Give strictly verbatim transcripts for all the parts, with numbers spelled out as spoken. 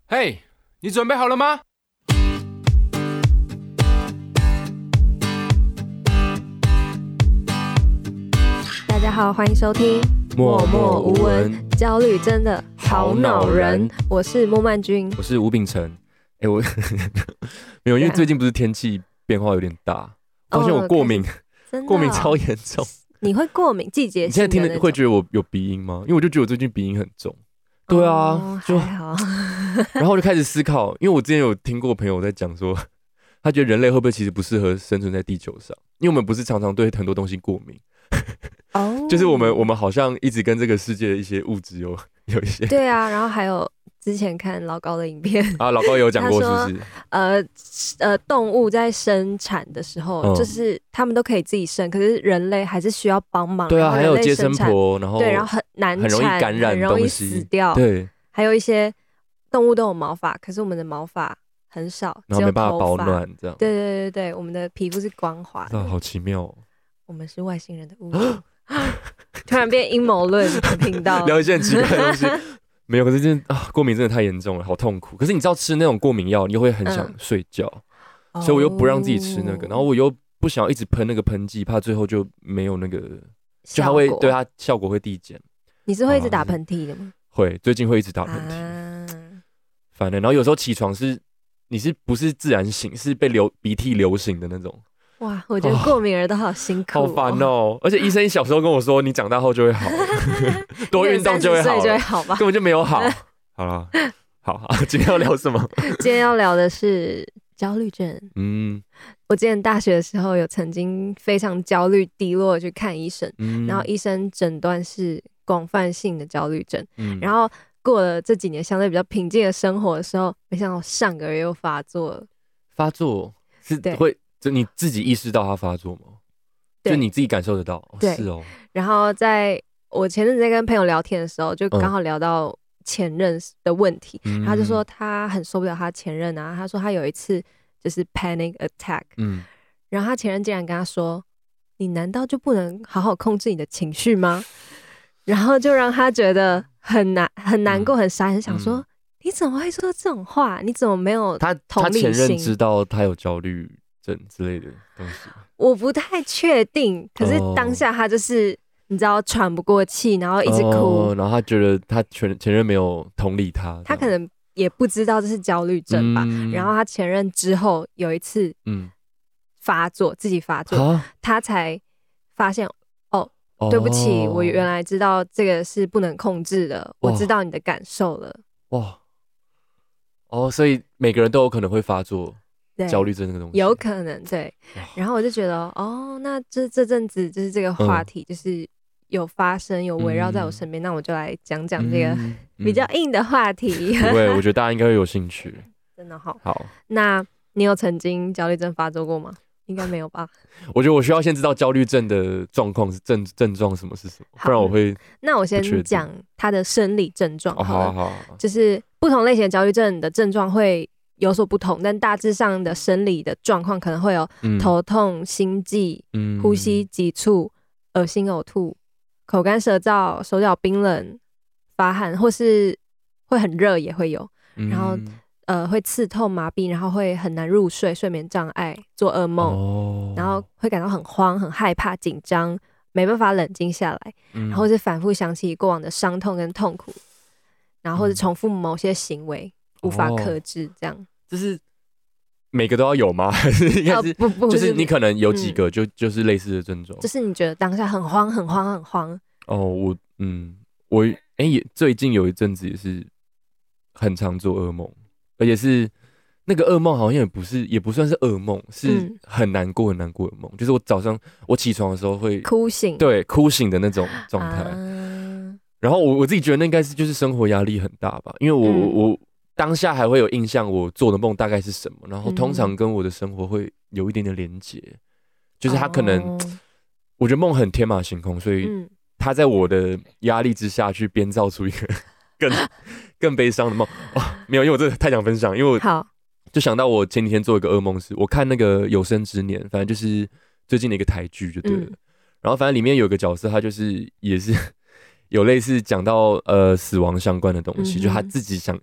嘿、hey, 你准备好了吗？ 大家好，欢迎收听默默无闻， 焦虑真的好恼人。我是莫曼君， 我是吴秉承。哎、欸，我没有，因为最近不是天气变化有点大，发现我过敏， 哦、 过敏超严重。 你会过敏季节性的？ 你现在听的会觉得我有鼻音吗？因为我就觉得我最近鼻音很重。对啊， 哦、 就还好。 然后我就开始思考，因为我之前有听过朋友在讲说，他觉得人类会不会其实不适合生存在地球上，因为我们不是常常对很多东西过敏。哦， oh. 就是我们我们好像一直跟这个世界的一些物质有有一些对啊，然后还有之前看老高的影片啊，老高有讲过是不是？ 呃呃，动物在生产的时候，嗯、就是他们都可以自己生，可是人类还是需要帮忙。 对啊，还有接生婆，然后对，然后很难产， 很容易感染很容易死掉。 对， 还有一些动物都有毛发，可是我们的毛发很少， 然后没办法保暖，这样。 对对对对，我们的皮肤是光滑的， 啊，好奇妙哦。 我们是外星人的物种。突然变阴谋论频道， 聊一些很奇怪的东西。没有，可是真的啊，过敏真的太严重了，好痛苦。可是你知道吃那种过敏药，你又会很想睡觉，嗯、所以我又不让自己吃那个，然后我又不想要一直喷那个喷剂，怕最后就没有那个，就它会对它效果会递减。 你是会一直打喷嚏的吗？ 会，最近会一直打喷嚏。啊、反正，然后有时候起床是你是不是自然醒，是被流鼻涕流醒的那种。 哇，我觉得过敏儿都好辛苦、 哦，好烦哦！而且医生小时候跟我说，你长大后就会好，多运动就会好， 就会好吧？ 根本就没有好。好了，好好，今天要聊什么？ 今天要聊的是焦虑症。嗯，我之前大学的时候有曾经非常焦虑、低落去看医生，嗯、然后医生诊断是广泛性的焦虑症。嗯，然后过了这几年相对比较平静的生活的时候，没想到上个月又发作了。 发作是会？就你自己意识到它发作吗？就你自己感受得到？哦、 对， 是哦。 然后在我前阵子在跟朋友聊天的时候，就刚好聊到前任的问题，嗯、他就说他很受不了他前任啊。他说他有一次就是 panic attack，嗯，然后他前任竟然跟他说：“你难道就不能好好控制你的情绪吗？”然后就让他觉得很难、很难过、很傻眼，想说、嗯、你怎么会说这种话？你怎么没有同理心？ 他他前任知道他有焦虑症之类的东西， 我不太确定。可是当下他就是、oh. 你知道喘不过气，然后一直哭， oh, 然后他觉得他前前任没有同理他， 他可能也不知道这是焦虑症吧。嗯、然后他前任之后有一次发作，嗯、自己发作，啊、他才发现哦，哦，对不起，我原来知道这个是不能控制的，我知道你的感受了。哇， 哦，所以每个人都有可能会发作。焦虑症那个东西有可能对，然后我就觉得哦，那这这阵子就是这个话题就是有发生、嗯、有围绕在我身边，嗯、那我就来讲讲这个比较硬的话题。 不会，我觉得大家应该会有兴趣。 真的好。 好， 那你有曾经焦虑症发作过吗？应该没有吧？ 我觉得我需要先知道焦虑症的状况是症症状什么是什么，不然我会。 那我先讲它的生理症状好了。 哦、好好好， 就是不同类型的焦虑症的症状会有所不同，但大致上的生理的状况可能会有头痛、嗯、心悸、嗯、呼吸急促、恶心呕吐、口干舌燥、手脚冰冷、发汗，或是会很热也会有，嗯、然后呃会刺痛、麻痹，然后会很难入睡、睡眠障碍、做噩梦，哦、然后会感到很慌、很害怕、紧张，没办法冷静下来，嗯、然后是反复想起过往的伤痛跟痛苦，然后或是重复某些行为。无法克制，这样、哦、 就是每个都要有吗？还是应该是、 哦、不不就是你可能有几个就、嗯、就是类似的症状， 就是你觉得当下很慌很慌很慌。 哦，我嗯我哎、欸、也最近有一阵子也是很常做噩梦，而且是那个噩梦好像也不是也不算是噩梦，是很难过很难过的梦，嗯、就是我早上我起床的时候会哭醒， 对哭醒的那种状态。啊然后我我自己觉得那应该是就是生活压力很大吧，因为我、嗯、我当下还会有印象我做的梦大概是什么，然后通常跟我的生活会有一点点连结，嗯、就是他可能、哦、我觉得梦很天马行空，所以他在我的压力之下去编造出一个更更悲伤的梦、哦、没有，因为我真的太想分享，因为我好就想到我前几天做一个噩梦，是我看那个有生之年，反正就是最近的一个台剧就对了、嗯、然后反正里面有一个角色他就是也是有类似讲到呃死亡相关的东西，嗯、就他自己想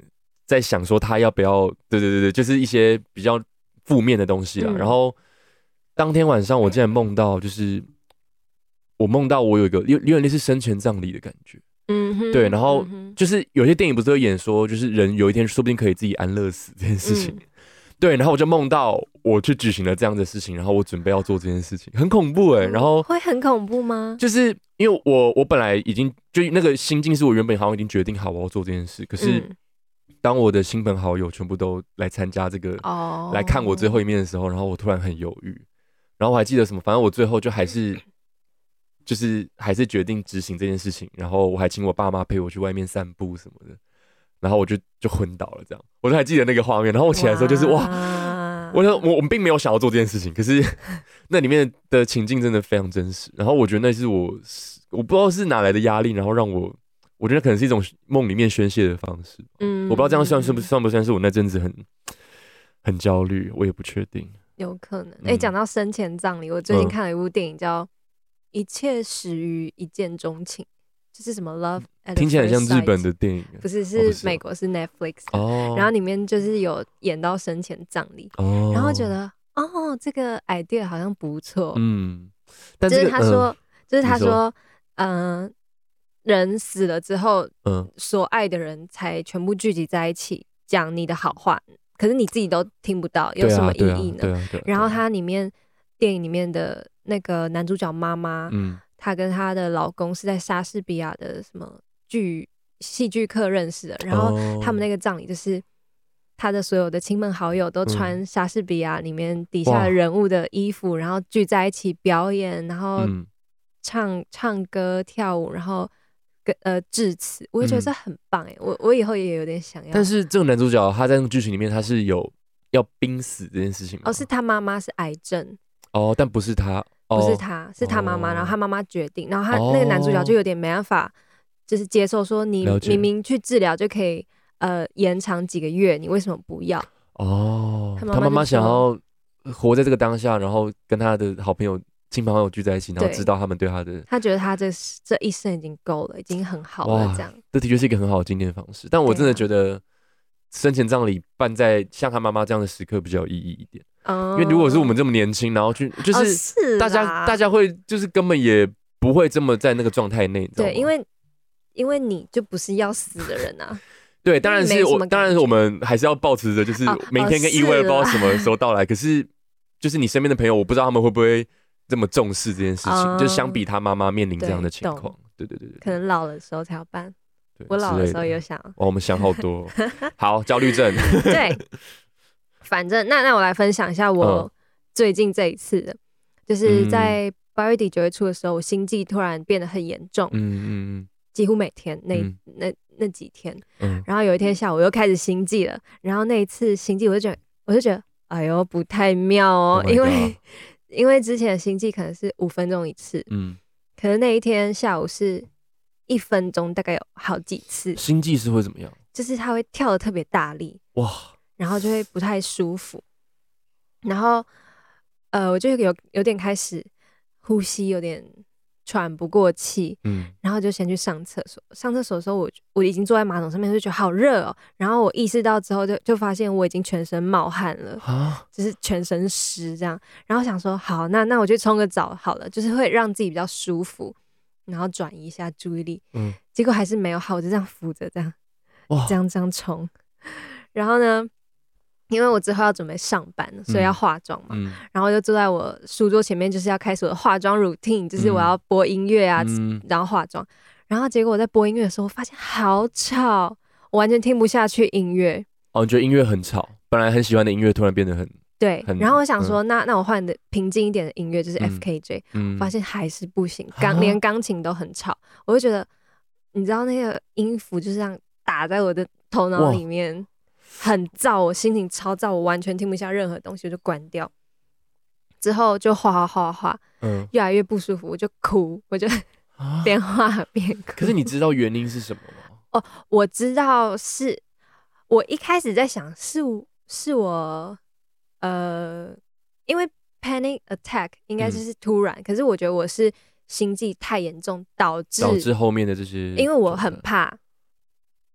在想说他要不要，对对对对，就是一些比较负面的东西啦。嗯、然后当天晚上我竟然梦到，就是我梦到我有一个有有点类似生前葬礼的感觉。嗯哼，对，然后就是有些电影不是会演说，就是人有一天说不定可以自己安乐死这件事情。嗯、对，然后我就梦到我去举行了这样的事情，然后我准备要做这件事情，很恐怖哎、欸。然后会很恐怖吗？ 就是因为我我本来已经就那个心境是我原本好像已经决定好我要做这件事，可是当我的亲朋好友全部都来参加这个、哦、来看我最后一面的时候，然后我突然很犹豫，然后我还记得什么，反正我最后就还是。就是还是决定执行这件事情，然后我还请我爸妈陪我去外面散步什么的，然后我就就昏倒了，这样我都还记得那个画面。然后我起来的时候就是哇，我我我们并没有想要做这件事情，可是那里面的情境真的非常真实。然后我觉得那是我我不知道是哪来的压力，然后让我我觉得可能是一种梦里面宣泄的方式。嗯，我不知道这样算是不算不算是我那阵子很很焦虑，我也不确定。 有可能。哎、欸，讲到生前葬礼，我最近看了一部電影叫。嗯一切始於一見鍾情，就是什麼 Love at First Sight， 聽起來很像日本的電影， 不是，是美國，是 Netflix 的、哦、然後裡面就是有演到生前葬禮、哦、然後覺得哦，這個 idea 好像不錯，嗯，但、這個、就是他說、呃、就是他說嗯、呃，人死了之後、呃、所愛的人才全部聚集在一起講你的好話，可是你自己都聽不到，有什麼意義呢？ 對啊對啊對啊對啊， 然後他裡面電影裡面的那個男主角媽媽，嗯，她跟她的老公是在莎士比亞的什麼劇戲劇課認識的，然後他們那個葬禮就是他的所有的親朋好友都穿莎士比亞裡面底下的人物的衣服，然後聚在一起表演，然後唱、嗯、唱歌跳舞，然後跟呃致辭，我就覺得這很棒哎、嗯，我我以後也有點想要。 但是這個男主角他在那個劇情裡面他是有要瀕死這件事情嗎？ 哦，是他媽媽是癌症。 哦，但不是他，哦、 不是他，是他媽媽、哦，然後他媽媽決定，然後他那個男主角就有點沒辦法，就是接受說你明明去治療就可以，呃，延長幾個月，你為什麼不要？哦，他媽媽想要活在這個當下，然後跟他的好朋友、親朋好友聚在一起，然後知道他們對他的， 他覺得他這這一生已經夠了，已經很好了，這樣。 這的確是一個很好的紀念方式，但我真的覺得生前葬禮辦在像他媽媽這樣的時刻比較有意義一點。因為如果是我們這麼年輕，然後去就是大家、哦、大家會就是根本也不會這麼在那個狀態內， 對，因為因為你就不是要死的人啊。 對，當然是我當然是我們還是要抱持着就是明天跟意外不知道什麼時候到來、哦哦，可是就是你身邊的朋友，我不知道他們會不會這麼重視這件事情，嗯、就相比他媽媽面臨這樣的情況，對對對對， 可能老的時候才要辦。對，我老的時候有想， 哦，我們想好多，好，焦慮症， 對。反正那那我來分享一下我最近這一次的、嗯、就是在八月底九月初的時候，我心悸突然變得很嚴重，嗯嗯，幾乎每天那、嗯、那那幾天、嗯，然後有一天下午我又開始心悸了，然後那一次心悸我就覺得我就覺得哎呦不太妙哦， oh、因為因為之前的心悸可能是五分鐘一次，嗯，可是那一天下午是一分鐘大概有好幾次。 心悸是會怎麼樣？ 就是它會跳得特別大力，哇。然後就會不太舒服，然後呃，我就有有點開始呼吸有點喘不過氣，嗯，然後就先去上廁所。上廁所的時候我，我我已經坐在馬桶上面，就覺得好熱哦。然後我意識到之後就，就就發現我已經全身冒汗了，啊，就是全身濕這樣。然後想說，好，那那我去沖個澡好了，就是會讓自己比較舒服，然後轉移一下注意力。嗯，結果還是沒有好，我就這樣扶着這樣，哇，這樣這樣沖。然後呢？因為我之後要準備上班，所以要化妝嘛、嗯，然後就坐在我書桌前面，就是要開始我的化妝 routine， 就是我要播音樂啊，嗯、然後化妝，然後結果我在播音樂的時候，我發現好吵，我完全聽不下去音樂。哦，你覺得音樂很吵？本來很喜歡的音樂突然變得很……對。然後我想說，嗯、那那我換的平靜一點的音樂，就是 F K J，、嗯、我發現還是不行，鋼連鋼琴都很吵，我就覺得，你知道那個音符就是這樣打在我的頭腦裡面。很燥，我心情超燥，我完全聽不下任何東西，我就關掉。之後就畫畫畫畫，嗯，越來越不舒服，我就哭，我就邊畫邊哭。可是你知道原因是什麼嗎？ 哦，我知道是，我一開始在想是是我，呃，因為 panic attack 應該就是突然、嗯，可是我覺得我是心悸太嚴重，導致導致後面的這些， 因為我很怕。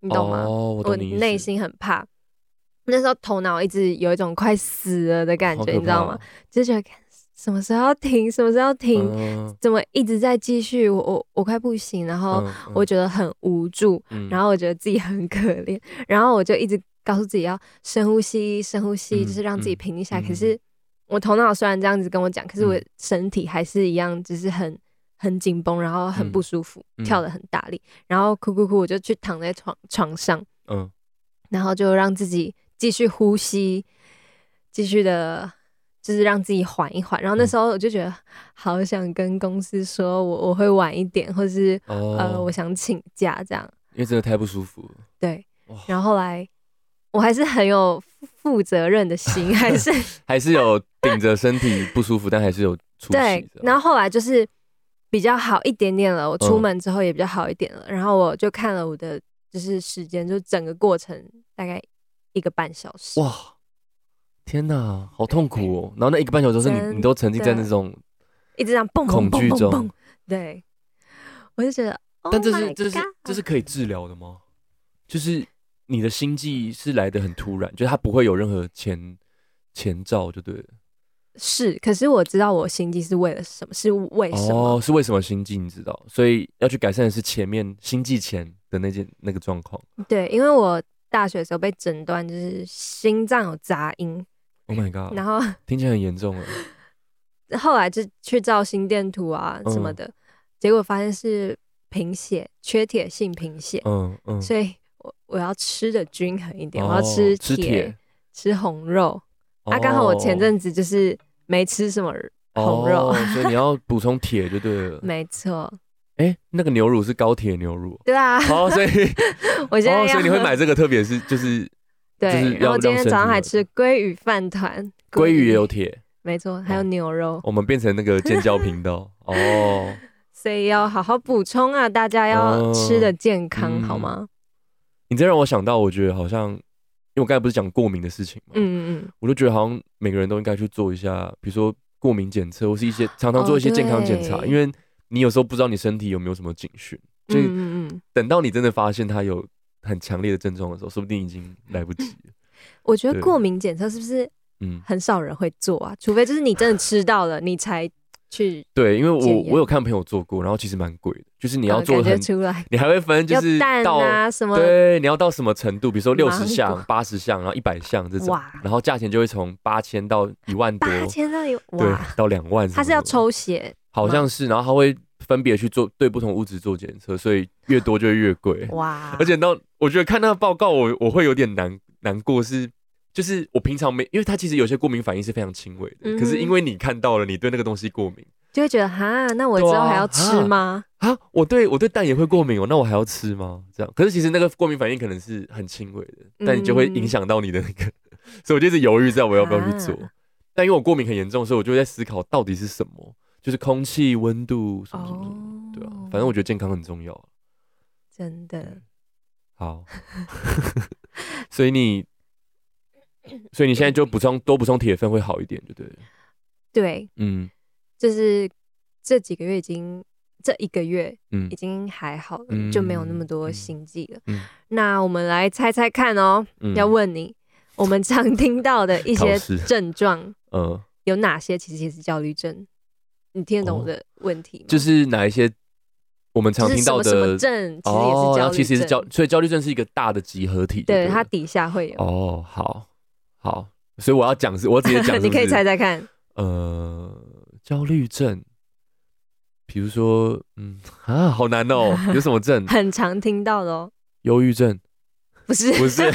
你懂吗？ 哦、我懂你意思。 我内心很怕，那时候头脑一直有一种快死了的感觉，你知道吗？就觉得什么时候要停，什么时候要停，嗯、怎么一直在继续？我我我快不行，然后我觉得很无助，嗯、然后我觉得自己很可怜，然后我就一直告诉自己要深呼吸，深呼吸，嗯、就是让自己平静下来。嗯、可是我头脑虽然这样子跟我讲，可是我身体还是一样，就是很很紧绷，然后很不舒服，嗯、跳得很大力，然后哭哭哭，我就去躺在床床上，嗯，然后就让自己继续呼吸，继续的。就是让自己缓一缓，然后那时候我就觉得好想跟公司说我我会晚一点，或是、哦、呃我想请假这样， 因为真的太不舒服了。 对，然后后来我还是很有负责任的心，还是还是有顶着身体不舒服，但还是有出席。 对，然后后来就是比较好一点点了，我出门之后也比较好一点了，嗯、然后我就看了我的就是时间，就整个过程大概一个半小时。 哇！天哪，好痛苦哦！然后那一个半小时是你，你都沉浸在那种一直这样蹦恐惧中。 对，我就觉得， 但这是这是这是可以治疗的吗？就是你的心悸是来得很突然，就是它不会有任何前前兆，就对了。 是，可是我知道我心悸是为了什么？是为什么？ 哦，是为什么心悸？你知道，所以要去改善的是前面心悸前的那件那个状况。 对，因为我大学的时候被诊断就是心脏有杂音。 Oh my god！ 然后听起来很严重了。 后来就去照心电图啊什么的，嗯、结果发现是贫血，缺铁性贫血。嗯嗯，所以我我要吃的均衡一点，哦、我要吃铁，吃铁，吃红肉。哦、啊，刚好我前阵子就是没吃什么红肉， 哦、所以你要补充铁就对了。 没错。 哎、欸，那个牛乳是高铁牛乳。 对啊。 哦，所以我现在要、 哦，所以你会买这个，特别是就是。 对，就是、然后今天早上还吃鲑鱼饭团， 鲑鱼也有铁， 没错，还有牛肉。 哦、我们变成那个尖叫频道哦， 所以要好好补充啊，大家要吃的健康、嗯、好吗？ 你这让我想到，我觉得好像，因为我刚才不是讲过敏的事情嘛，嗯嗯，我就觉得好像每个人都应该去做一下，比如说过敏检测，或是一些常常做一些健康检查，哦、因为你有时候不知道你身体有没有什么警讯，所以等到你真的发现它有很强烈的症状的时候，说不定已经来不及了。 我觉得过敏检测是不是很少人会做啊？嗯、除非就是你真的吃到了，你才去。 对，因为我我有看朋友做过，然后其实蛮贵的，就是你要做很， 感觉出来， 你还会分就是到啊什么， 对，你要到什么程度，比如说六十项、八十项，然后一百项这种，然后价钱就会从八千到一万多， 八千到一万，对，到两万。 它是要抽血， 好像是，然后它会分别去做对不同物质做检测，所以越多就会越贵。哇！而且到我觉得看那个报告我，我我会有点难难过是，就是我平常没，因为它其实有些过敏反应是非常轻微的，嗯、可是因为你看到了，你对那个东西过敏， 就会觉得哈，那我之后还要吃吗？ 啊，啊我对我对蛋也会过敏哦，那我还要吃吗？这样，可是其实那个过敏反应可能是很轻微的，但你就会影响到你的那个，嗯、所以我就一直犹豫在我要不要去做。啊、但因为我过敏很严重，所以我就在思考到底是什么。就是空气、温度什么什么的，哦、对啊，反正我觉得健康很重要， 真的。 好，所以你，所以你现在就补充多补充铁分会好一点，就对了。 对，嗯，就是这几个月已经这一个月，嗯，已经还好了，嗯、就没有那么多心悸了。嗯、那我们来猜猜看哦，嗯、要问你，我们常听到的一些症状，嗯，有哪些其实也是焦虑症？你听得懂我的问题吗？ 哦、就是哪一些我们常听到的什么什么症，其实也是焦虑症。 哦、其实是焦，所以焦虑症是一个大的集合体。 对，它底下会有。 哦，好，好，所以我要讲是，我直接讲， 你可以猜猜看。 呃，焦虑症，比如说，嗯啊，好难哦，有什么症？ 很常听到的哦。 忧郁症？ 不是， 不是。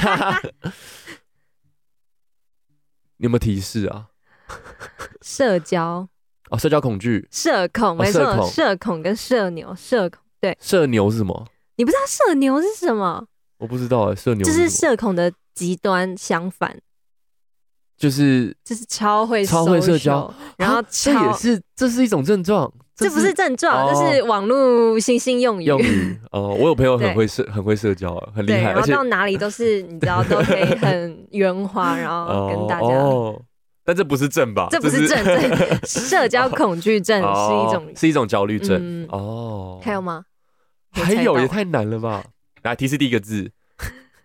你有没有提示啊？ 社交。 哦，社交恐惧， 社恐，没错，哦、社恐跟社牛，社恐对。 社牛是什么？ 你不知道社牛是什么？ 我不知道哎，社牛就是社恐的极端相反， 就是就是超会超会社交， 然后这也是这是一种症状， 这不是症状，这、哦、是网络新兴用语。 用语哦，我有朋友很会社很会社交啊，很厉害， 然后到哪里都是你知道都可以很圆滑，然后跟大家。哦但这不是症吧？ 这不是症，对，社交恐惧症是一种、 哦，是一种焦虑症。嗯、哦， 还有吗？ 还有也太难了吧！来，提示第一个字，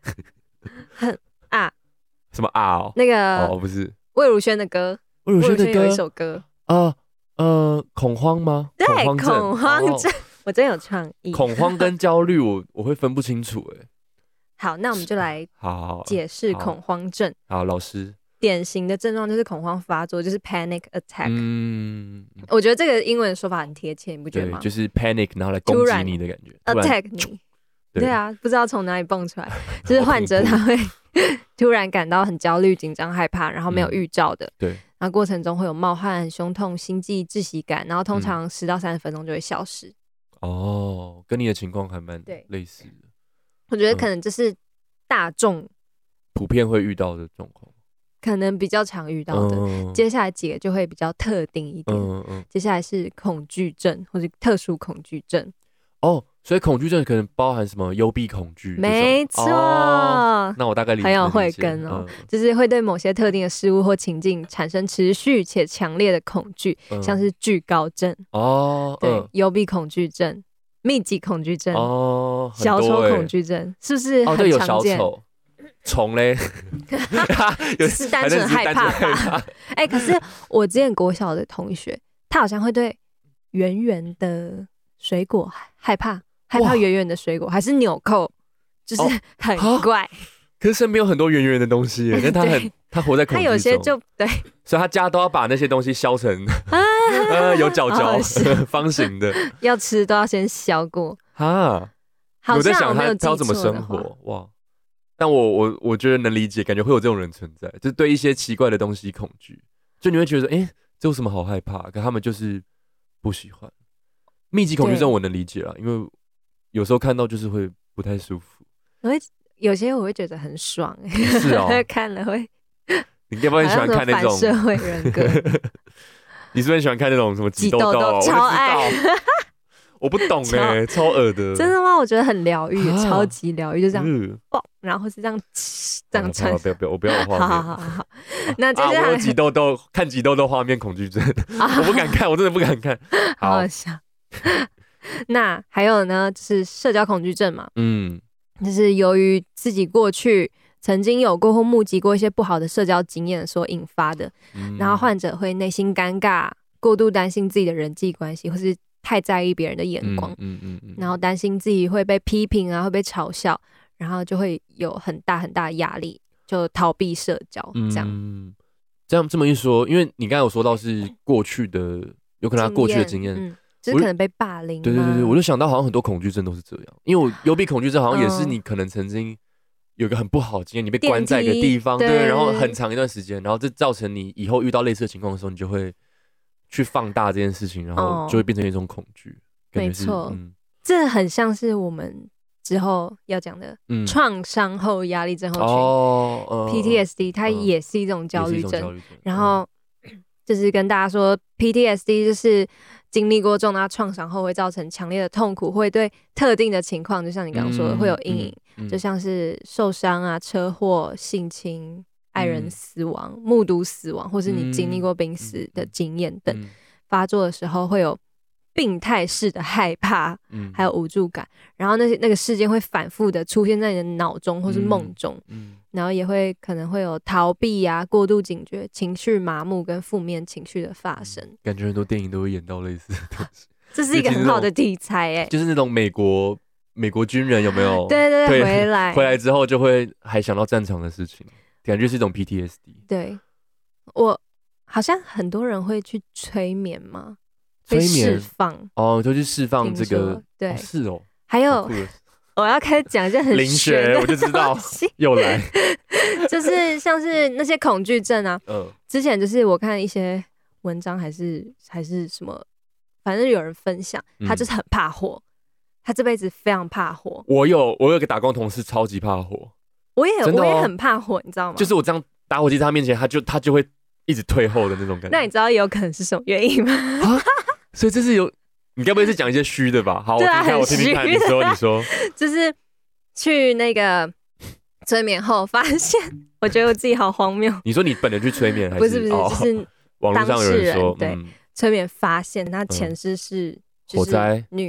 很啊， 什么啊、哦？ 那个哦，不是魏如萱的歌， 魏如萱的歌有一首歌啊呃，恐慌吗？ 对， 恐慌症， 恐慌症， 哦、 我真有创意。 恐慌跟焦虑我，我我会分不清楚哎。 好，那我们就来好解释恐慌症。 好，好老师， 典型的症状就是恐慌发作，就是 panic attack。 嗯， 我觉得这个英文说法很贴切，你不觉得吗？ 就是 panic， 然后来攻击你的感觉 ，attack 你。对啊，不知道从哪里蹦出来，就是患者他会突然感到很焦虑、紧张、害怕，然后没有预兆的。 嗯、对， 然后过程中会有冒汗、胸痛、心悸、窒息感，然后通常十到三十分钟就会消失。 嗯、哦，跟你的情况还蛮类似的。 我觉得可能这是大众、嗯、 普遍会遇到的状况， 可能比较常遇到的。嗯、接下来几个就会比较特定一点。嗯嗯、接下来是恐惧症或者特殊恐惧症。 哦，所以恐惧症可能包含什么幽闭恐惧？ 没错、 哦，那我大概理解。 很有慧根哦、嗯，就是会对某些特定的事物或情境产生持续且强烈的恐惧，嗯、像是惧高症哦，对，嗯、幽闭恐惧症、密集恐惧症哦，小丑恐惧症，是不是很常见？哦， 对，有小丑。虫嘞， 是单纯害怕吧？哎、欸，可是我之前国小的同学，他好像会对圆圆的水果害怕，害怕圆圆的水果，还是纽扣，就是很怪。哦、 可是身边有很多圆圆的东西耶，但他很他活在恐惧中。 他有些就对， 所以他家都要把那些东西削成呃有角角、方形的， 要吃都要先削过。 哈，我在想他他要怎么生活哇？但我我我觉得能理解，感觉会有这种人存在，就是对一些奇怪的东西恐惧，就你会觉得，哎、欸，这有什么好害怕？可他们就是不喜欢。密集恐惧症我能理解啦，因为有时候看到就是会不太舒服。 我会有些我会觉得很爽、欸， 是哦， 看了会。 你要不然你喜欢看那种反社会人格？ 你是不是很喜欢看那种什么挤痘痘？ 超爱。 我不懂哎、欸，超恶的。 真的吗？我觉得很疗愈，啊、超级疗愈，就这样爆、嗯，然后是这样这样穿。 不要不要，我不要有画面。 好好好好。那接下来、 啊、我有挤痘痘，看挤痘痘画面恐惧症，我不敢看，我真的不敢看。 好好笑。那还有呢，就是社交恐惧症嘛，嗯，就是由于自己过去曾经有过或目击过一些不好的社交经验所引发的，嗯、然后患者会内心尴尬，过度担心自己的人际关系，或是太在意别人的眼光，嗯嗯嗯嗯、然后担心自己会被批评啊，会被嘲笑，然后就会有很大很大的压力，就逃避社交，这样。 嗯，这样这么一说，因为你刚才有说到是过去的，有可能他过去的经验， 嗯，就是可能被霸凌。 对对对对，我就想到好像很多恐惧症都是这样，因为我幽闭恐惧症好像也是你可能曾经有一个很不好的经验，你被关在一个地方，对，对，然后很长一段时间，然后这造成你以后遇到类似的情况的时候，你就会去放大这件事情，然后就会变成一种恐惧。哦、 没错、嗯，这很像是我们之后要讲的创伤后压力症候群、哦呃、P T S D， 它也是一种焦虑症。症然后、嗯、就是跟大家说 ，P T S D 就是经历过重大创伤后会造成强烈的痛苦，会对特定的情况，就像你刚刚说的，嗯、会有阴影、嗯嗯，就像是受伤啊、车祸、性侵。爱人死亡、嗯、目睹死亡，或是你经历过濒死的经验等、嗯嗯，发作的时候会有病态式的害怕、嗯，还有无助感，然后那些那个事件会反复的出现在你的脑中或是梦中、嗯嗯，然后也会可能会有逃避啊、过度警觉、情绪麻木跟负面情绪的发生。 感觉很多电影都会演到类似的东西， 这是一个很好的题材哎、欸， 就是那种美国美国军人有没有？ 对对对，回来回来之后就会还想到战场的事情。感觉是一种 P T S D。 对，我好像很多人会去催眠嘛， 催眠释放哦，就去释放这个， 对， 哦、是哦。 还有，我要开始讲一件很玄的我就知道又来， 就是像是那些恐惧症啊，嗯，之前就是我看一些文章还是还是什么，反正有人分享，他就是很怕火，嗯、他这辈子非常怕火。 我有我有个打工同事超级怕火。 我也、哦、 我也很怕火，你知道吗？ 就是我这样打火机在他面前，他就他就会一直退后的那种感觉。 那你知道有可能是什么原因吗？ 啊、所以这是有，你该不会是讲一些虚的吧？好， 对啊、 我听看，我听听看，你说你说， 就是去那个催眠后发现，我觉得我自己好荒谬。 你说你本人去催眠还是？ 不是不是，哦、就是网络上有人说， 对、嗯，催眠发现他前世是火灾女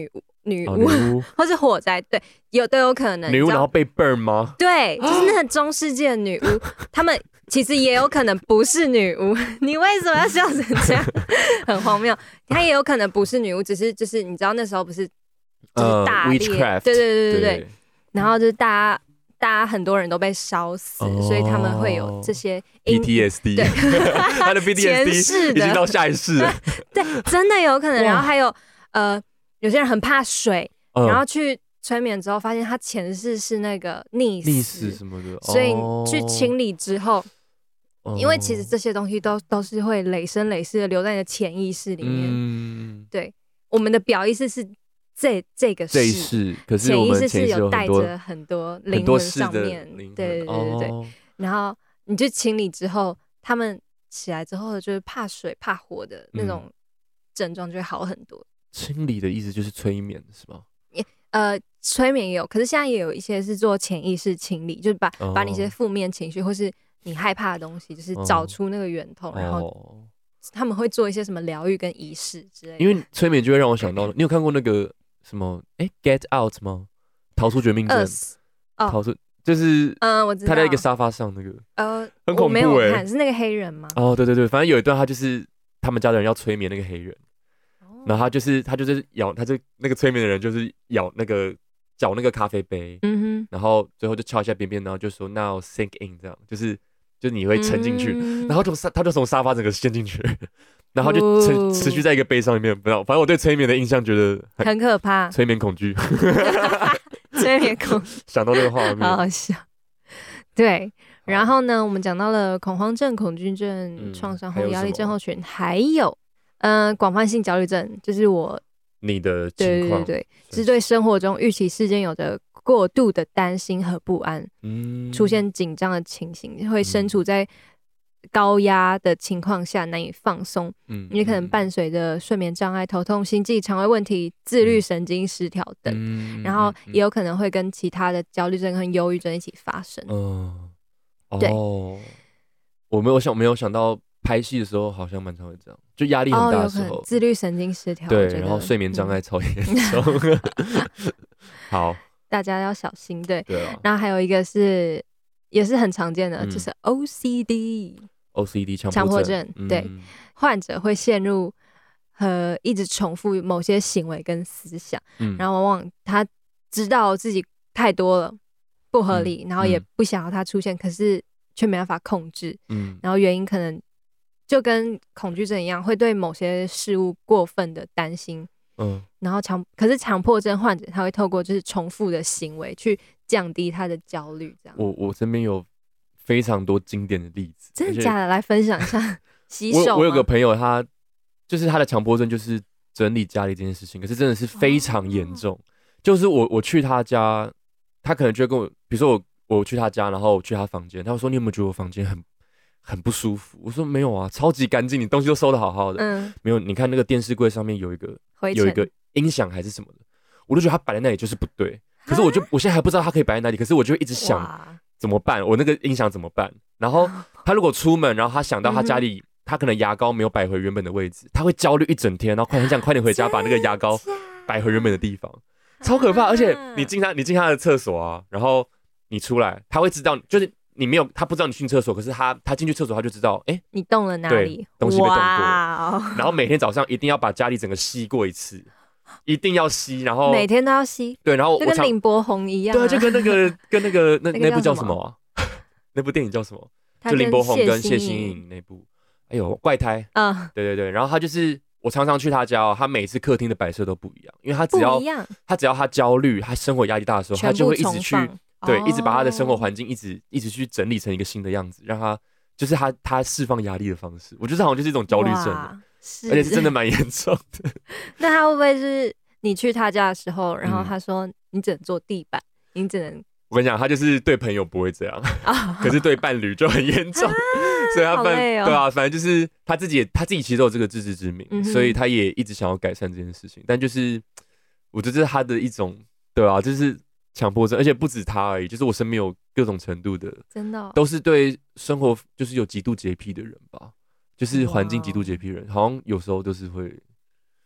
女巫， 哦、女巫或是火灾，对，有都有可能。 女巫然后被 burn 吗？ 对，就是那个中世纪的女巫，他们其实也有可能不是女巫。你为什么要笑成这样？很荒谬。她也有可能不是女巫，只是就是你知道那时候不是就是大烈， 呃、 对对对对对。然后就是大家大家很多人都被烧死，哦、所以他们会有这些 P T S D， 对， 他的 P T S D 已经到下一世了。 对，真的有可能。然后还有呃，有些人很怕水， 嗯、 然后去催眠之后，发现他前世是那个溺死、 溺死什么的， 所以去清理之后，哦、因为其实这些东西都都是会累生累世的留在你的潜意识里面。嗯，对，我们的表意识是这这个这一世，可是我们潜意识是有带着很多灵魂上面，对对对对对。哦、然后你去清理之后，他们起来之后就是怕水怕火的那种症状就会好很多。嗯、 清理的意思就是催眠是吗？ 呃，催眠也有，可是现在也有一些是做潜意识清理，就是把、哦、把你一些负面情绪或是你害怕的东西，就是找出那个源头，哦、然后他们会做一些什么疗愈跟仪式之类的。 因为催眠就会让我想到，你有看过那个什么哎 Get Out 吗？逃出绝命镇， 哦、 逃出就是嗯，我知道他在一个沙发上那个， 呃， 很恐怖哎、 欸，看是那个黑人吗？ 哦，对对对，反正有一段他就是他们家的人要催眠那个黑人。然后他就是他就是咬，他就那个催眠的人就是咬那个搅那个咖啡杯，嗯哼，然后最后就敲一下边边，然后就说 Now sink in， 这样就是就是你会沉进去，嗯、然后就他就从沙发整个陷进去，然后就持、哦、持续在一个悲伤里面，不知道，反正我对催眠的印象觉得 很, 很可怕， 催眠恐惧， 催眠恐惧， 想到这个画面， 好好笑。对，然后呢，我们讲到了恐慌症、恐惧症、创伤后压力症候群，还有。嗯、呃，广泛性焦虑症就是我你的情况， 对对对，是对生活中预期事件有着过度的担心和不安，嗯，出现紧张的情形，会身处在高压的情况下难以放松，嗯，也可能伴随着睡眠障碍、头痛、心悸、肠胃问题、自律神经失调等，嗯、然后也有可能会跟其他的焦虑症和忧郁症一起发生。嗯，对， 哦，我没有想没有想到。拍戏的时候好像蛮常会这样，就压力很大的时候， 哦、自律神经失调， 对，然后睡眠障碍超严重。嗯、好， 大家要小心，对。 对啊。 然后还有一个是也是很常见的，嗯、就是 O C D。O C D 强迫症，嗯、对，患者会陷入和一直重复某些行为跟思想，嗯、然后往往他知道自己太多了，不合理，嗯、然后也不想要它出现，嗯、可是却没办法控制，嗯，然后原因可能。就跟恐惧症一样，会对某些事物过分的担心，嗯，然后强，可是强迫症患者他会透过就是重复的行为去降低他的焦虑，这样。 我我身边有非常多经典的例子， 真的假的？来分享一下。洗手我我有个朋友，他就是他的强迫症就是整理家里这件事情，可是真的是非常严重。哦、就是我我去他家，他可能就会跟我，比如说我我去他家，然后我去他房间，他会说你有没有觉得我房间很很不舒服？我说没有啊，超级干净，你东西都收得好好的。嗯，没有，你看那个电视柜上面有一个有一个音响还是什么的，我就觉得他摆在那里就是不对。可是我就我现在还不知道他可以摆在哪里，可是我就一直想怎么办，我那个音响怎么办？然后他如果出门，然后他想到他家里、嗯、他可能牙膏没有摆回原本的位置，他会焦虑一整天，然后快很想快点回家把那个牙膏摆回原本的地方，超可怕。而且你进他你进他的厕所啊，然后你出来，他会知道就是。你没有，他不知道你去厕所，可是他他进去厕所，他就知道，哎、欸， 你动了哪里？ 东西被动过。然后每天早上一定要把家里整个吸过一次，一定要吸，然后每天都要吸。 对，然后就跟林柏宏一样、啊。 对，就跟那个跟那个那那部叫什么啊？那部电影叫什么？就林柏宏跟谢欣颖那部。哎呦，怪胎。嗯，对对对。然后他就是我常常去他家哦，他每次客厅的摆设都不一样，因为他只要他只要他焦虑，他生活压力大的时候，他就会一直去。对，一直把他的生活环境一直一直去整理成一个新的样子，让他就是他他释放压力的方式。我觉得好像就是一种焦虑症，而且是真的蛮严重的。 那他会不会是你去他家的时候，然后他说你只能做地板，嗯、你只能…… 我跟你讲，他就是对朋友不会这样，哦、可是对伴侣就很严重，啊、所以他反、哦、对啊，反正就是他自己也他自己其实都有这个自知之明，嗯、所以他也一直想要改善这件事情。但就是我觉得这是他的一种对啊，就是。强迫症，而且不止他而已，就是我身边有各种程度的， 真的、哦、 都是对生活就是有极度洁癖的人吧，就是环境极度洁癖的人，好像有时候都是会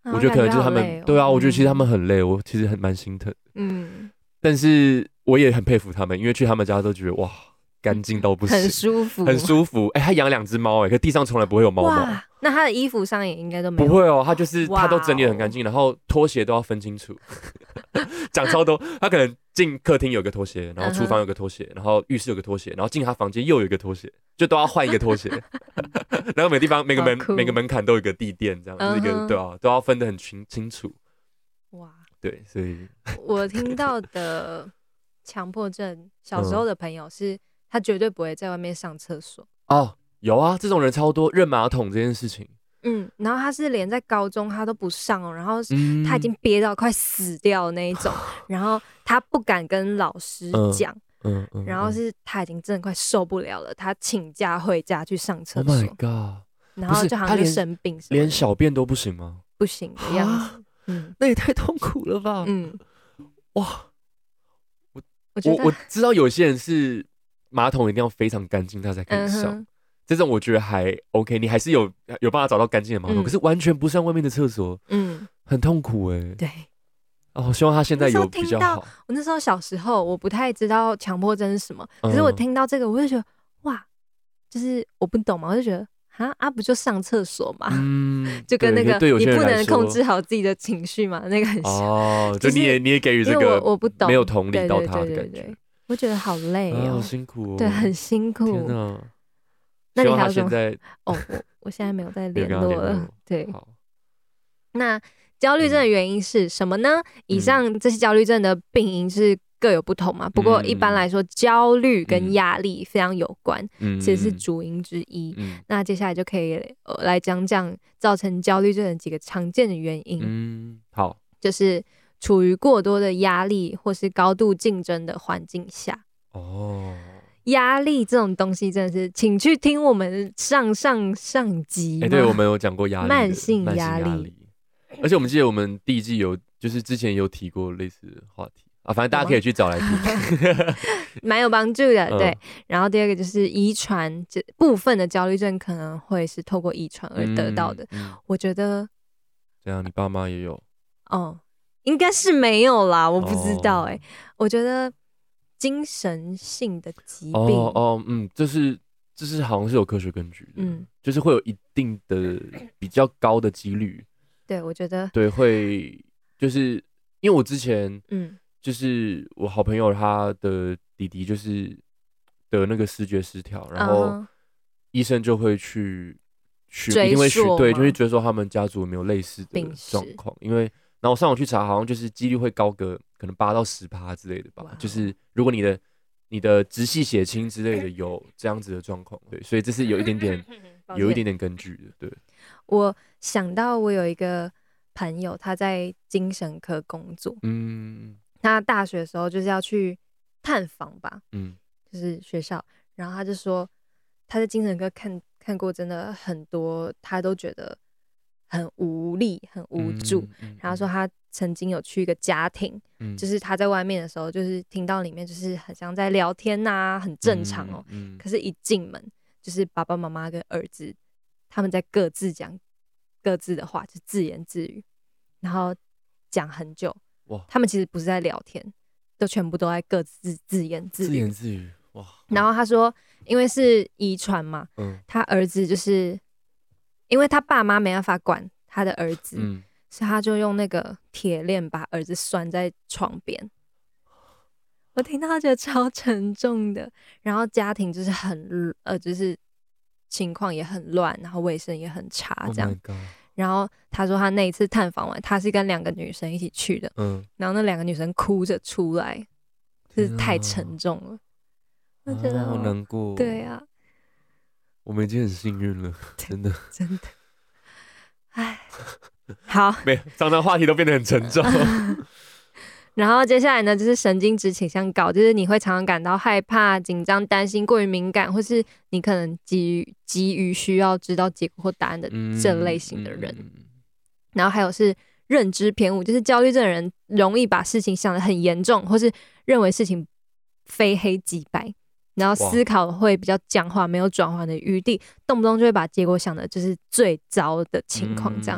我觉得可能就是他们， 哦、 对啊，我觉得其实他们很累，我其实很蛮心疼。嗯，但是我也很佩服他们，因为去他们家都觉得哇，干净到不行， 很舒服， 很舒服。哎、欸，他养两只猫，哎，可地上从来不会有猫毛。 那他的衣服上也应该都没有， 不会哦，他就是他都整理得很干净，然后拖鞋都要分清楚，讲超多。他可能进客厅有个拖鞋，然后厨房有个拖鞋，然后浴室有个拖鞋，然后进他房间又有一个拖鞋，就都要换一个拖鞋。然后每个地方每个门每个门槛都有一个地垫，这样、uh huh. 就是一个对啊，都要分得很清清楚。哇，对，所以我听到的强迫症，小时候的朋友是、嗯、他绝对不会在外面上厕所哦。有啊，这种人超多，认马桶这件事情。 嗯，然后他是连在高中他都不上哦，然后他已经憋到快死掉的那一种，嗯、然后他不敢跟老师讲、嗯嗯嗯，然后是他已经真的快受不了了，他请假回家去上厕所。Oh my god！ 然后就好像就生病什么， 连小便都不行吗？ 不行的样子，嗯， 那也太痛苦了吧？嗯，哇，我我觉得我, 我知道有些人是马桶一定要非常干净他才可以上。嗯，这种我觉得还 OK， 你还是有有办法找到干净的马桶、嗯，可是完全不上外面的厕所，嗯，很痛苦哎、欸。 对， 哦，希望他现在有比较好。 我那时候小时候，我不太知道强迫症是什么，可是我听到这个，我就觉得哇，就是我不懂嘛，我就觉得啊啊，不就上厕所嘛，嗯，就跟那个你不能控制好自己的情绪嘛，那个很像。 哦，就你也你也给予这个我不懂， 没有同理到他的感觉， 对对对对对，我觉得好累哦， 啊、好辛苦哦， 对，很辛苦。 天哪！ 那你还有什么？ 在哦，我我现在没有在联络了。对，好。那焦虑症的原因是什么呢？嗯、以上这些焦虑症的病因是各有不同嘛。不过一般来说，焦虑跟压力非常有关，嗯、其实是主因之一。嗯、那接下来就可以、呃、来讲讲造成焦虑症的几个常见的原因。 嗯，好， 就是处于过多的压力或是高度竞争的环境下。哦。压力这种东西真的是，请去听我们上上上集。 哎、欸，对，我们有讲过压力， 慢性压力。 力而且我们记得我们第一季有，就是之前有提过类似的话题啊，反正大家可以去找来听， 蛮有帮助的。对，嗯、然后第二个就是遗传，部分的焦虑症可能会是透过遗传而得到的。嗯嗯、我觉得， 这样你爸妈也有？ 哦，应该是没有啦，我不知道哎、欸。哦、我觉得。精神性的疾病哦哦嗯，这是这是好像是有科学根据的，嗯，就是会有一定的比较高的几率， 对我觉得对会就是因为我之前嗯，就是我好朋友他的弟弟就是得那个思觉失调，然后医生就会去去一定会去对，就会追溯他们家族有没有类似的状况，因为然后我上网去查，好像就是几率会高个。可能八到十趴之类的吧， wow. 就是如果你的你的直系血亲之类的有这样子的状况，对，所以这是有一点点有一点点根据的。对， 我想到我有一个朋友，他在精神科工作，嗯，他大学的时候就是要去探访吧，嗯，就是学校，然后他就说他在精神科看看过真的很多，他都觉得很无力、很无助。嗯嗯、然后说他曾经有去一个家庭，嗯、就是他在外面的时候，就是听到里面就是很像在聊天呐、啊，很正常哦。嗯嗯、可是，一进门就是爸爸妈妈跟儿子他们在各自讲各自的话，就自言自语，然后讲很久。哇！他们其实不是在聊天，都全部都在各自自言自语。 自言自语，哇！ 然后他说，因为是遗传嘛，嗯、他儿子就是因为他爸妈没办法管他的儿子。嗯，所以他就用那个铁链把儿子拴在床边。我听到觉得超沉重的，然后家庭就是很呃，就是情况也很乱，然后卫生也很差这样。Oh 然后他说他那一次探访完，他是跟两个女生一起去的，嗯，然后那两个女生哭着出来，就是太沉重了，我觉得、 啊、好难过。 对啊， 我们已经很幸运了，真的真的。唉，好， 没常常话题都变得很沉重。 然后接下来呢，就是神经质倾向高，就是你会常常感到害怕、紧张、担心、过于敏感，或是你可能急于急于需要知道结果或答案的这类型的人。嗯嗯、然后还有是认知偏误，就是焦虑症的人容易把事情想得很严重，或是认为事情非黑即白，然后思考会比较僵化，没有转换的余地，动不动就会把结果想的就是最糟的情况这样。嗯、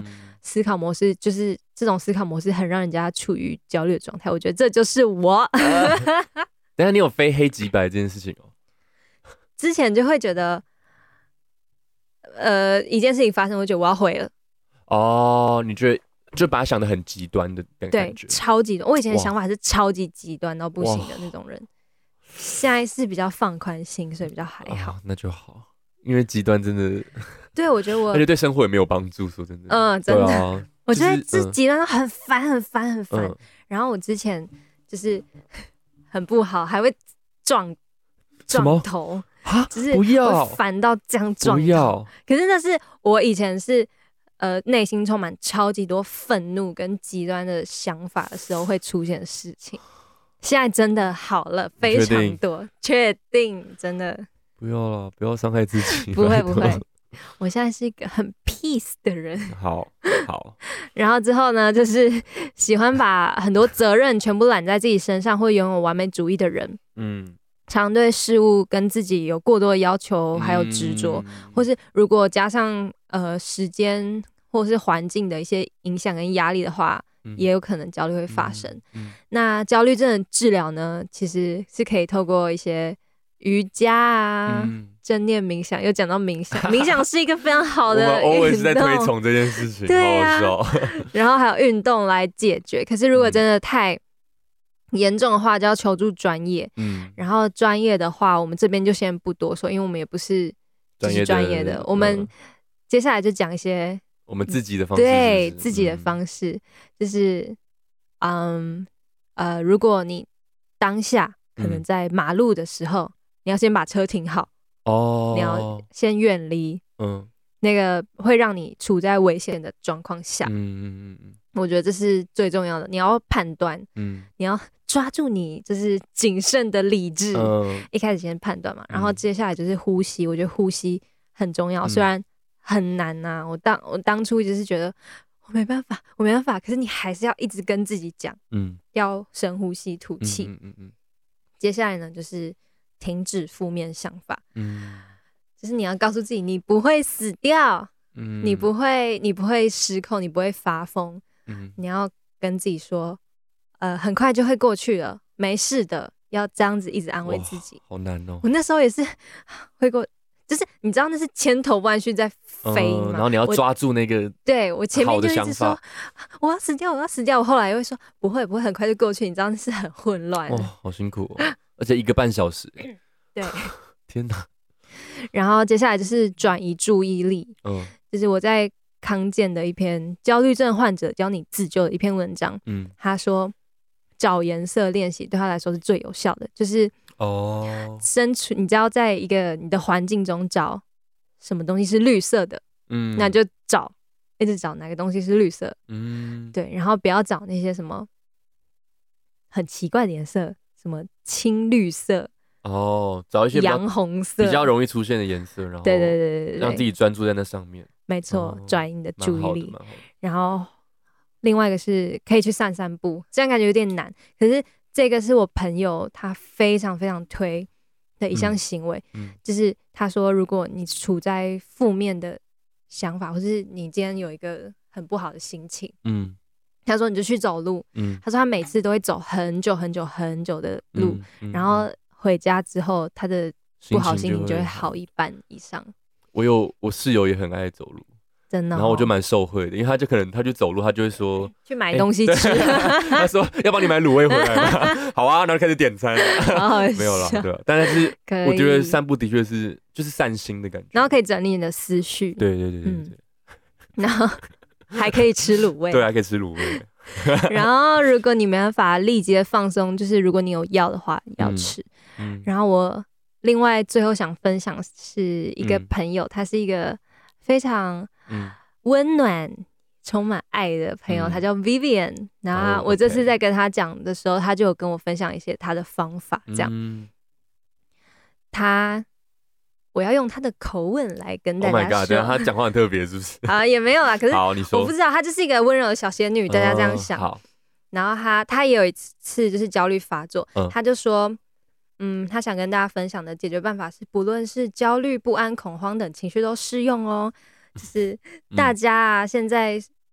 思考模式，就是这种思考模式很让人家处于焦虑的状态。我觉得这就是我。 呃、等一下你有非黑即白这件事情哦？ 之前就会觉得，呃，一件事情发生，我觉得我要毁了。 哦，你觉得就把它想得很极端的感觉？ 对，超极端。我以前的想法是超级极端到不行的那种人，现在是比较放宽心，所以比较还好。 哦、那就好，因为极端真的， 对我觉得我， 而且对生活也没有帮助。说真的， 嗯，真的， 啊、 我觉得就是这极端很烦，很烦，很烦。嗯、然后我之前就是很不好，还会撞撞头。就是不要烦到这样撞， 不要。 可是那是我以前是呃内心充满超级多愤怒跟极端的想法的时候会出现的事情。现在真的好了，非常多，确定真的。 不要了，不要伤害自己。 不会不会，我现在是一个很 peace 的人。 好好。 然后之后呢，就是喜欢把很多责任全部揽在自己身上，会拥有完美主义的人。嗯。常对事物跟自己有过多的要求，还有执着，嗯、或是如果加上呃时间或是环境的一些影响跟压力的话，嗯、也有可能焦虑会发生。嗯嗯、那焦虑症的治疗呢，其实是可以透过一些瑜伽啊、嗯、正念冥想。又讲到冥想，冥想是一个非常好的运动。 我们 always 在推崇这件事情， 对啊， 好好笑。 然后还有运动来解决。可是如果真的太严重的话就要求助专业，嗯，然后专业的话，我们这边就先不多说，因为我们也不是专业的，专业的我们接下来就讲一些我们自己的方式， 对， 是是自己的方式，嗯、就是嗯呃，如果你当下可能在马路的时候，嗯、你要先把车停好哦，你要先远离，嗯，那个会让你处在危险的状况下，嗯嗯嗯，我觉得这是最重要的，你要判断，嗯，你要抓住你就是谨慎的理智，嗯、一开始先判断嘛，然后接下来就是呼吸，我觉得呼吸很重要，嗯、虽然很难呐、啊，我当我当初就是觉得我没办法，我没办法，可是你还是要一直跟自己讲，嗯，要深呼吸吐气，嗯嗯嗯嗯，接下来呢就是停止负面想法，嗯，就是你要告诉自己你不会死掉，嗯，你不会你不会失控，你不会发疯，嗯，你要跟自己说。呃，很快就会过去了，没事的，要这样子一直安慰自己。 好难哦！ 我那时候也是会过，就是你知道那是千头万绪在飞嘛、嗯， 然后你要抓住那个， 对我前面就一直说我要死掉，我要死掉，我后来又会说不会不会，很快就过去，你知道那是很混乱的。 哦，好辛苦哦，而且一个半小时， 对， 天哪！ 然后接下来就是转移注意力，嗯，就是我在康健的一篇焦虑症患者教你自救的一篇文章，嗯，他说。找颜色练习对他来说是最有效的，就是哦，身处你只要在一个你的环境中找什么东西是绿色的，嗯，那就找一直找哪个东西是绿色，嗯，对，然后不要找那些什么很奇怪的颜色，什么青绿色哦，找一些洋红色比较容易出现的颜色，然后对对对对， 让自己专注在那上面， 没错，转移你的注意力，然后。另外一个是可以去散散步，这样感觉有点难。可是这个是我朋友他非常非常推的一项行为，嗯嗯、就是他说，如果你处在负面的想法，或是你今天有一个很不好的心情，嗯，他说你就去走路，嗯，他说他每次都会走很久很久很久的路，嗯嗯、然后回家之后他的不好心情就会好一半以上。 我有我室友也很爱走路。 真的、哦， 然后我就蛮受惠的，因为他就可能他去走路，他就会说去买东西吃， 欸、他說要幫你買滷味回來嗎？好啊，然後開始點餐，沒有啦，對，但是我覺得散步的確是就是散心的感覺， 然後可以整理你的思緒， 對對對對對、嗯， 然後還可以吃滷味， 對，還可以吃滷味。 然後如果你沒辦法立即的放鬆，就是如果你有藥的話要吃。嗯嗯、然後我另外最後想分享是一個朋友，嗯、他是一個非常溫暖、嗯、充滿愛的朋友，嗯、他叫 Vivian。然後我這次在跟他講的時候，他就有跟我分享一些他的方法，這樣。嗯、他，我要用他的口吻來跟大家說。 Oh my god！ 對啊，他講話很特別，是不是？ 啊，也沒有啦。可是好，你說， 我不知道，他就是一個溫柔的小仙女，大家這樣想。 呃、好。 然後他，他也有一次就是焦慮發作，嗯、他就說。嗯，他想跟大家分享的解決辦法是，不論是焦慮、不安、恐慌等情緒都適用哦。就是大家啊，現在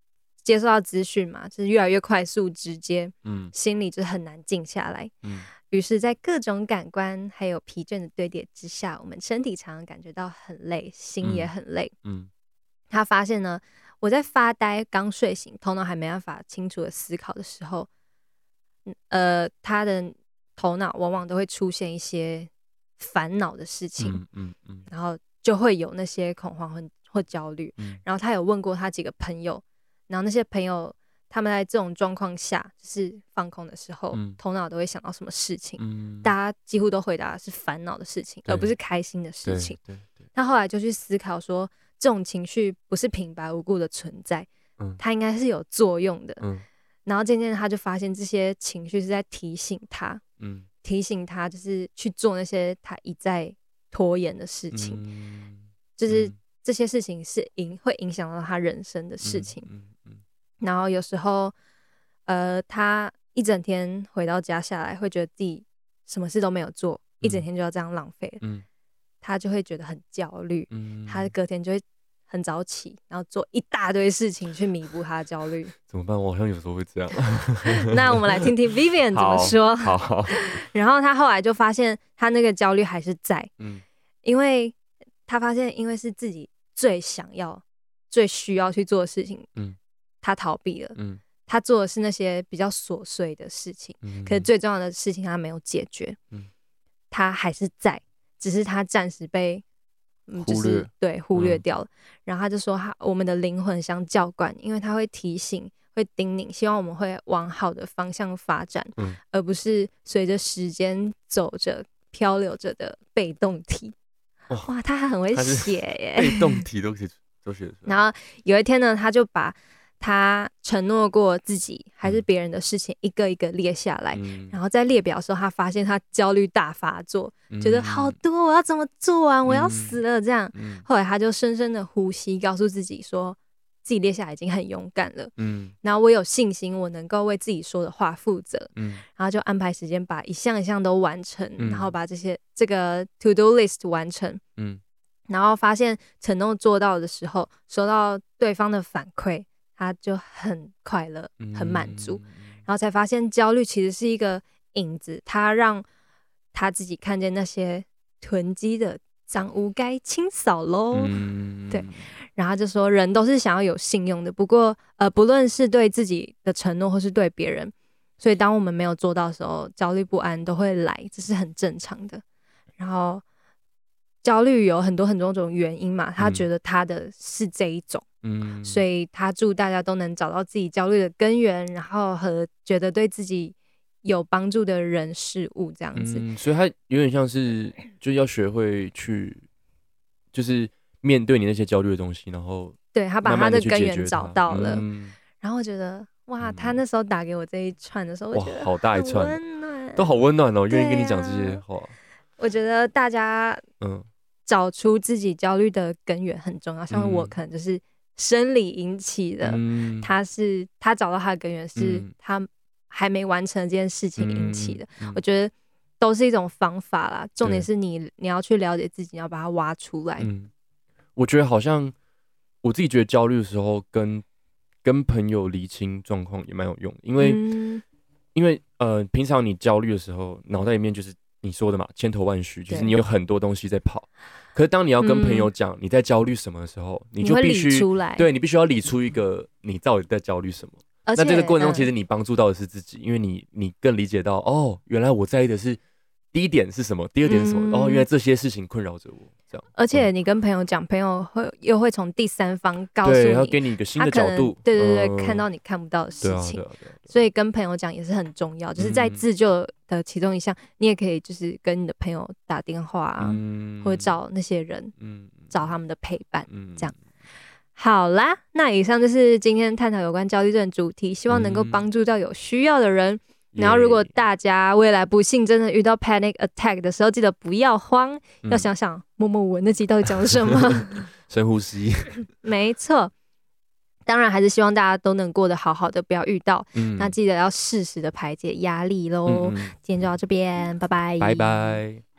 接受到资讯嘛，就是越来越快速直接，嗯，心里就很难静下来，嗯，于是，在各种感官还有疲倦的堆叠之下，我们身体常常感觉到很累，心也很累，嗯，嗯他发现呢，我在发呆，刚睡醒，头脑还没办法清楚的思考的时候，呃，他的头脑往往都会出现一些烦恼的事情，嗯嗯嗯，然后就会有那些恐慌或或焦虑，嗯，然后他有问过他几个朋友，然后那些朋友他们在这种状况下，就是放空的时候，嗯，头脑都会想到什么事情，嗯，大家几乎都回答是烦恼的事情，而不是开心的事情。对对对，他后来就去思考说，这种情绪不是平白无故的存在，嗯，它应该是有作用的，嗯，然后渐渐他就发现这些情绪是在提醒他，嗯，提醒他就是去做那些他一再拖延的事情，嗯，就是这些事情是影会影响到他人生的事情，嗯嗯嗯，然后有时候，呃，他一整天回到家下来，会觉得自己什么事都没有做，嗯，一整天就要这样浪费了，嗯，他就会觉得很焦虑，嗯，他隔天就会很早起，然后做一大堆事情去弥补他的焦虑。 怎么办？我好像有时候会这样。 那我们来听听 Vivian 怎么说。 好，好然后他后来就发现，他那个焦虑还是在，嗯，因为他发现，因为是自己最想要、最需要去做的事情，嗯，他逃避了，嗯，他做的是那些比较琐碎的事情，嗯，可是最重要的事情他没有解决，嗯，他还是在，只是他暂时被，嗯，就是、对忽略掉了。嗯、然后他就说他，我们的灵魂像教官，因为他会提醒、会叮咛，希望我们会往好的方向发展，嗯，而不是随着时间走着、漂流着的被动体。哇，他还很会写耶， 被动体都可以都写出来。 然后有一天呢，他就把他承诺过自己还是别人的事情一个一个列下来，嗯、然后在列表的时候，他发现他焦虑大发作，嗯、觉得好多，我要怎么做啊？我要死了这样。嗯、后来他就深深的呼吸，告诉自己说，自己列下来已经很勇敢了，嗯，然后我有信心，我能够为自己说的话负责，嗯，然后就安排时间把一项一项都完成，嗯、然后把这些这个 to do list 完成，嗯，然后发现承诺做到的时候，收到对方的反馈，他就很快乐，很满足，嗯、然后才发现焦虑其实是一个影子，他让他自己看见那些囤积的脏污该清扫咯，嗯、对。然后就说人都是想要有信用的，不过呃，不论是对自己的承诺或是对别人，所以当我们没有做到的时候，焦虑不安都会来，这是很正常的。然后焦虑有很多很多种原因嘛，他觉得他的是这一种，嗯，所以他祝大家都能找到自己焦虑的根源，然后和觉得对自己有帮助的人事物这样子。 嗯，所以他有点像是就是要学会去，就是面对你那些焦虑的东西，然后对他把他的根源找到了，嗯、然后我觉得哇，他那时候打给我这一串的时候，我觉得好大一串， 温暖， 都好温暖哦，愿意跟你讲这些话。 我觉得大家嗯找出自己焦虑的根源很重要，像我可能就是生理引起的，嗯、他是他找到他的根源是他还没完成这件事情引起的，嗯、我觉得都是一种方法啦。重点是你你要去了解自己，你要把它挖出来。嗯我觉得好像我自己觉得焦虑的时候跟，跟朋友厘清状况也蛮有用的，因为、嗯、因为呃，平常你焦虑的时候，脑袋里面就是你说的嘛，千头万绪，就是你有很多东西在跑。可是当你要跟朋友讲你在焦虑什么的时候，嗯、你就必须你出来， 对你必须要理出一个你到底在焦虑什么。那这个过程中，其实你帮助到的是自己，嗯、因为你你更理解到哦，原来我在意的是。第一点是什么？第二点是什么？嗯、哦，原来这些事情困扰着我，这样。 而且你跟朋友讲，朋友会又会从第三方告诉你， 对，要给你一个新的角度， 对对对，嗯、看到你看不到的事情。对啊对啊对啊、所以跟朋友讲也是很重要，就是在自救的其中一项，嗯、你也可以就是跟你的朋友打电话啊，嗯、或者找那些人，嗯、找他们的陪伴，嗯、这样。好啦，那以上就是今天探讨有关焦虑症的主题，希望能够帮助到有需要的人。然后，如果大家未来不幸真的遇到 panic attack 的时候，记得不要慌，嗯、要想想默默无闻那集到底讲了什么， 深呼吸。 没错，当然还是希望大家都能过得好好的，不要遇到。嗯、那记得要适时的排解压力咯。嗯嗯、今天就到这边，拜拜， 拜拜。